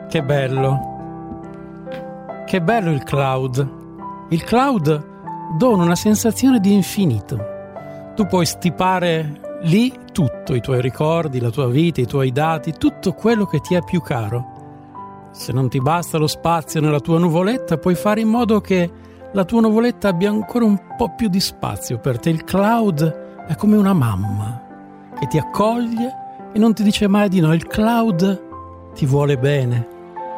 Che bello. Che bello il cloud. Il cloud dona una sensazione di infinito. Tu puoi stipare lì tutto, i tuoi ricordi, la tua vita, i tuoi dati, tutto quello che ti è più caro. Se non ti basta lo spazio nella tua nuvoletta, puoi fare in modo che la tua nuvoletta abbia ancora un po' più di spazio per te. Il cloud è come una mamma che ti accoglie e non ti dice mai di no. Il cloud ti vuole bene.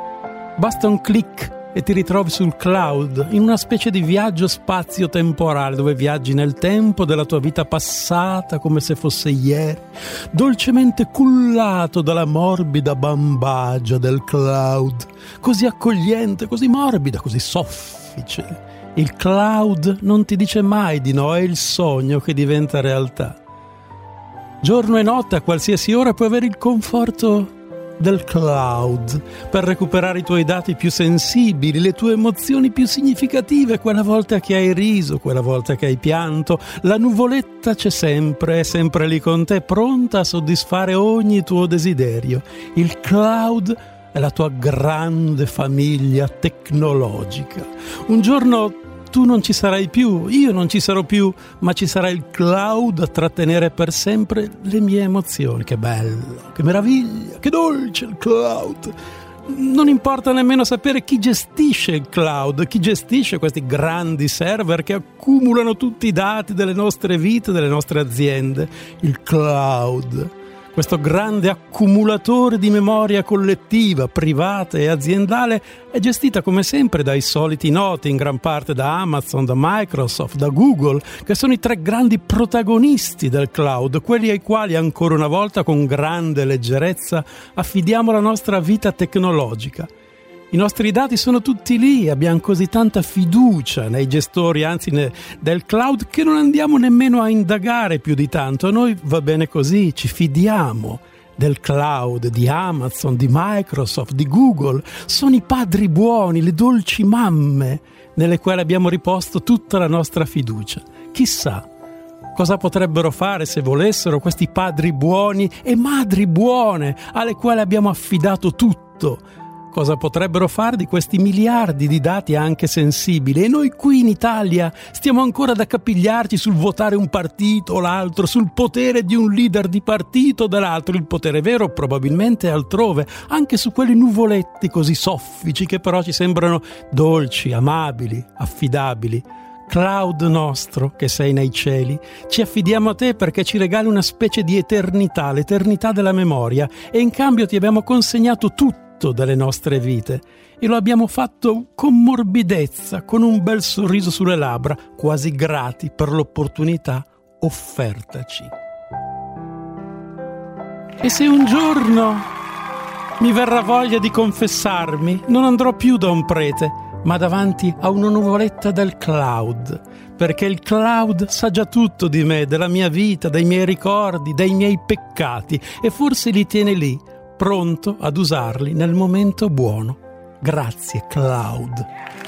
Basta un click e ti ritrovi sul cloud, in una specie di viaggio spazio-temporale, dove viaggi nel tempo della tua vita passata come se fosse ieri, dolcemente cullato dalla morbida bambagia del cloud, così accogliente, così morbida, così soffice. Il cloud non ti dice mai di no, è il sogno che diventa realtà. Giorno e notte, a qualsiasi ora, puoi avere il conforto del cloud per recuperare i tuoi dati più sensibili, le tue emozioni più significative, quella volta che hai riso, quella volta che hai pianto. La nuvoletta c'è sempre, è sempre lì con te, pronta a soddisfare ogni tuo desiderio. Il cloud è la tua grande famiglia tecnologica. Un giorno tu non ci sarai più, io non ci sarò più, ma ci sarà il cloud a trattenere per sempre le mie emozioni. Che bello, che meraviglia, che dolce il cloud. Non importa nemmeno sapere chi gestisce il cloud, chi gestisce questi grandi server che accumulano tutti i dati delle nostre vite, delle nostre aziende. Il cloud, questo grande accumulatore di memoria collettiva, privata e aziendale, è gestita come sempre dai soliti noti, in gran parte da Amazon, da Microsoft, da Google, che sono i tre grandi protagonisti del cloud, quelli ai quali ancora una volta con grande leggerezza affidiamo la nostra vita tecnologica. I nostri dati sono tutti lì, abbiamo così tanta fiducia nei gestori, anzi del cloud, che non andiamo nemmeno a indagare più di tanto. A noi va bene così, ci fidiamo del cloud, di Amazon, di Microsoft, di Google. Sono i padri buoni, le dolci mamme nelle quali abbiamo riposto tutta la nostra fiducia. Chissà cosa potrebbero fare, se volessero, questi padri buoni e madri buone alle quali abbiamo affidato tutto. Cosa potrebbero fare di questi miliardi di dati anche sensibili? E noi qui in Italia stiamo ancora ad accapigliarci sul votare un partito o l'altro, sul potere di un leader di partito o dell'altro. Il potere vero probabilmente è altrove, anche su quei nuvoletti così soffici che però ci sembrano dolci, amabili, affidabili. Cloud nostro, che sei nei cieli, ci affidiamo a te perché ci regali una specie di eternità, l'eternità della memoria, e in cambio ti abbiamo consegnato tutto delle nostre vite, e lo abbiamo fatto con morbidezza, con un bel sorriso sulle labbra, quasi grati per l'opportunità offertaci. E se un giorno mi verrà voglia di confessarmi, non andrò più da un prete, ma davanti a una nuvoletta del cloud, perché il cloud sa già tutto di me, della mia vita, dei miei ricordi, dei miei peccati, e forse li tiene lì, pronto ad usarli nel momento buono. Grazie, cloud.